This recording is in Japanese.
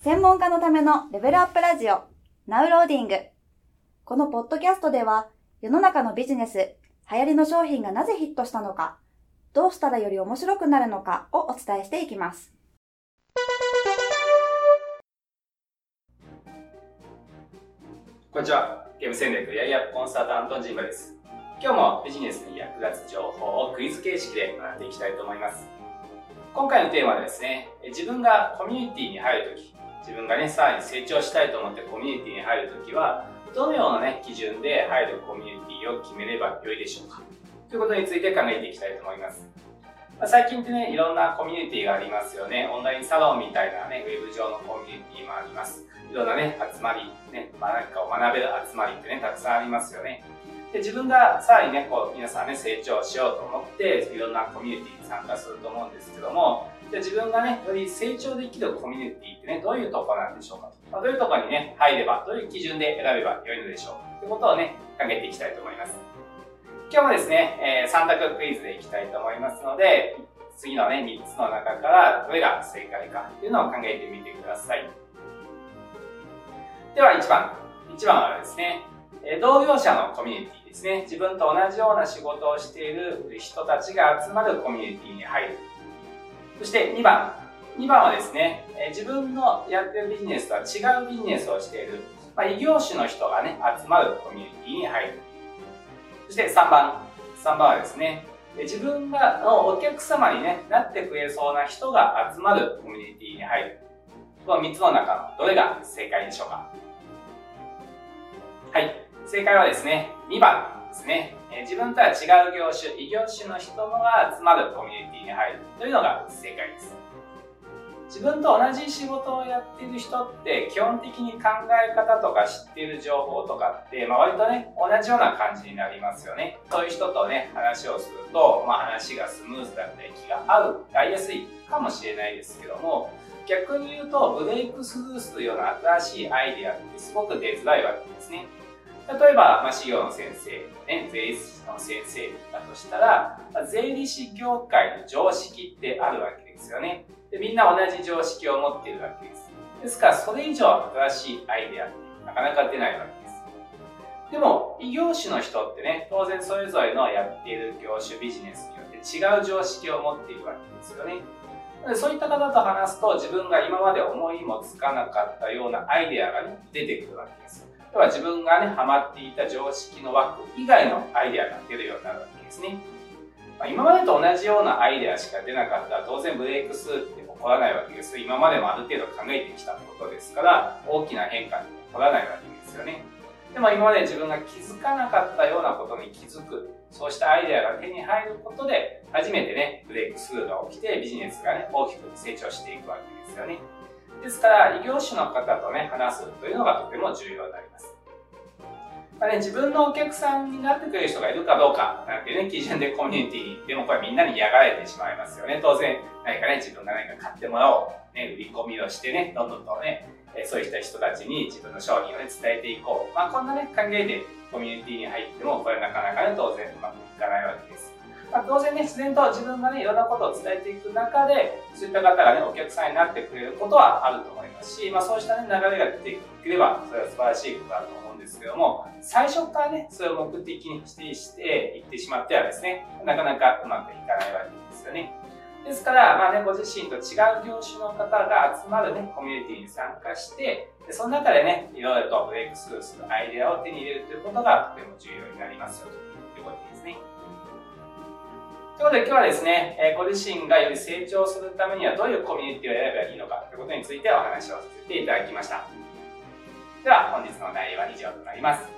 専門家のためのレベルアップラジオ、ナウローディング。このポッドキャストでは、世の中のビジネス、流行りの商品がなぜヒットしたのか、どうしたらより面白くなるのかをお伝えしていきます。 こんにちは。ゲーム戦略キャリアアップコンサルタントのジンバです。今日もビジネスに役立つ情報をクイズ形式で学んでいきたいと思います。今回のテーマはですね、自分がコミュニティに入るとき、自分がさらに成長したいと思ってコミュニティに入るときは、どのような基準で入るコミュニティを決めればよいでしょうかということについて考えていきたいと思います。最近っていろんなコミュニティがありますよね。オンラインサロンみたいなウェブ上のコミュニティもあります。いろんな集まり、何かを学べる集まりってたくさんありますよね。で、自分がさらに皆さん成長しようと思って、いろんなコミュニティに参加すると思うんですけども、じゃあ自分がより成長できるコミュニティってどういうところなんでしょうかと。どういうところに入れば、どういう基準で選べばよいのでしょうかということを考えていきたいと思います。今日もですね、3択クイズでいきたいと思いますので、次の3つの中からどれが正解かっていうのを考えてみてください。では1番はですね、同業者のコミュニティですね。自分と同じような仕事をしている人たちが集まるコミュニティに入る。そして2番はですね、自分のやっているビジネスとは違うビジネスをしている、異業種の人が集まるコミュニティに入る。そして3番はですね、自分がお客様になってくれそうな人が集まるコミュニティに入る。この3つの中のどれが正解でしょうか？はい、正解はですね、2番ですね。自分とは違う業種、異業種の人が集まるコミュニティに入るというのが正解です。自分と同じ仕事をやっている人って基本的に考え方とか知っている情報とかって割と同じような感じになりますよね。そういう人と話をすると、話がスムーズだったり気が合いやすいかもしれないですけども、逆に言うとブレイクスルーするような新しいアイデアってすごく出づらいわけですね。例えば、事業の先生、税理士の先生だとしたら、税理士業界の常識ってあるわけですよね。で、みんな同じ常識を持っているわけです。ですから、それ以上新しいアイデアってなかなか出ないわけです。でも、異業種の人って当然それぞれのやっている業種ビジネスによって違う常識を持っているわけですよね。そういった方と話すと、自分が今まで思いもつかなかったようなアイデアが出てくるわけです。要は自分がハマっていた常識の枠以外のアイデアが出るようになるわけですね。今までと同じようなアイデアしか出なかったら当然ブレイクスルーって起こらないわけです。今までもある程度考えてきたことですから大きな変化に起こらないわけですよね。でも今まで自分が気づかなかったようなことに気づく、そうしたアイデアが手に入ることで初めてブレイクスルーが起きてビジネスが大きく成長していくわけですよね。ですから異業種の方と話すというのがとても重要になります。自分のお客さんになってくれる人がいるかどうかなんて基準でコミュニティに行ってもこれみんなに嫌がられてしまいますよね。当然自分が何か買ってもらおう、売り込みをしてどんどんとそういった人たちに自分の商品を伝えていこう。こんな考えでコミュニティに入ってもこれなかなか当然うまくいかないわけです。当然自然と自分がいろんなことを伝えていく中でそういった方がお客さんになってくれることはあると思いますし、そうした流れが出てくればそれは素晴らしいことだと思うんですけども、最初からそれを目的にしていってしまってはなかなかうまくいかないわけですよね。ですから、ご自身と違う業種の方が集まるコミュニティに参加して、その中でいろいろとブレイクスルーするアイデアを手に入れるということがとても重要になりますよということですね。ということで今日はですね、ご自身がより成長するためにはどういうコミュニティを選べばいいのかということについてお話をさせていただきました。では本日の内容は以上となります。